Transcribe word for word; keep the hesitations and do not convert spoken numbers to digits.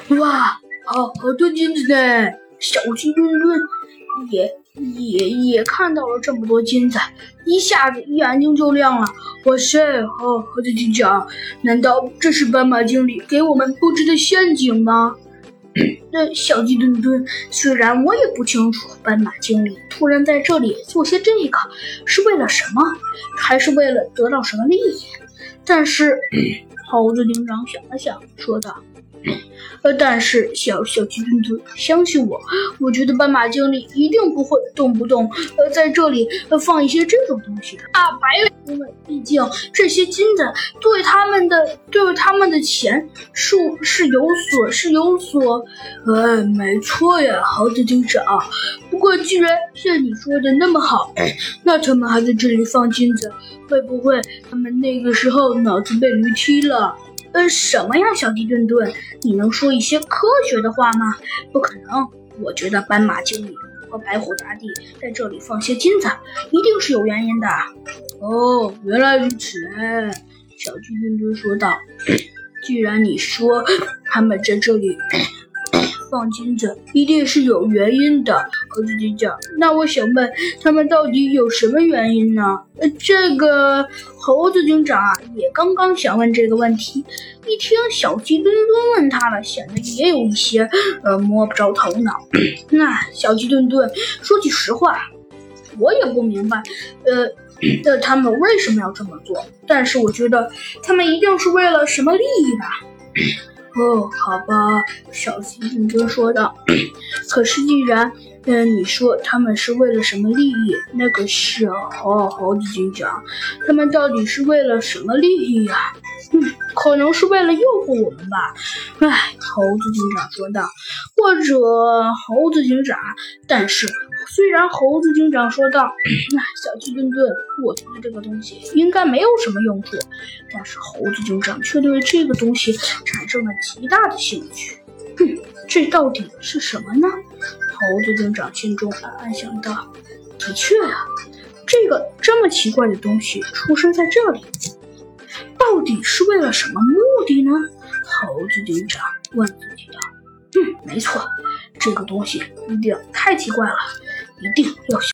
哇，好好多金子呢！小鸡墩墩也也也看到了这么多金子，一下子眼睛就亮了。哇塞，好好的金奖，难道这是斑马经理给我们布置的陷阱吗？那小鸡墩墩，虽然我也不清楚斑马经理突然在这里做些这个是为了什么，还是为了得到什么利益，但是猴子警长想了想，说道：呃，但是小小鸡墩墩，相信我，我觉得斑马经理一定不会动不动呃在这里呃放一些这种东西的啊，白了，因为毕竟这些金子对他们的对他们的钱数是有所是有所，呃，没错呀，猴子警长。不过既然像你说的那么好，那他们还在这里放金子，会不会他们那个时候脑子被驴踢了？呃，什么呀，小鸡墩墩，你能说一些科学的话吗？不可能，我觉得斑马经理和白虎大帝在这里放些金子，一定是有原因的。哦，原来如此，小鸡墩墩说道。既然你说他们在这里放金子，一定是有原因的。猴子警长，那我想问，他们到底有什么原因呢？呃，这个猴子警长啊，也刚刚想问这个问题，一听小鸡墩墩问他了，显得也有一些呃摸不着头脑。那小鸡墩墩说句实话，我也不明白，呃。呃，他们为什么要这么做？但是我觉得他们一定是为了什么利益吧。哦，好吧，小鸡墩墩说道。可是既然，嗯、呃，你说他们是为了什么利益？那个是哦，猴子警长，他们到底是为了什么利益呀、啊？嗯，可能是为了诱惑我们吧。唉，猴子警长说道。或者猴子警长，但是虽然猴子警长说道，小鸡墩墩，我觉得这个东西应该没有什么用处，但是猴子警长却对这个东西产生了极大的兴趣。哼，这到底是什么呢？猴子警长心中暗暗想到。的确啊，这个这么奇怪的东西出生在这里，到底是为了什么目的呢？猴子警长问自己道。嗯，没错，这个东西一定太奇怪了，一定要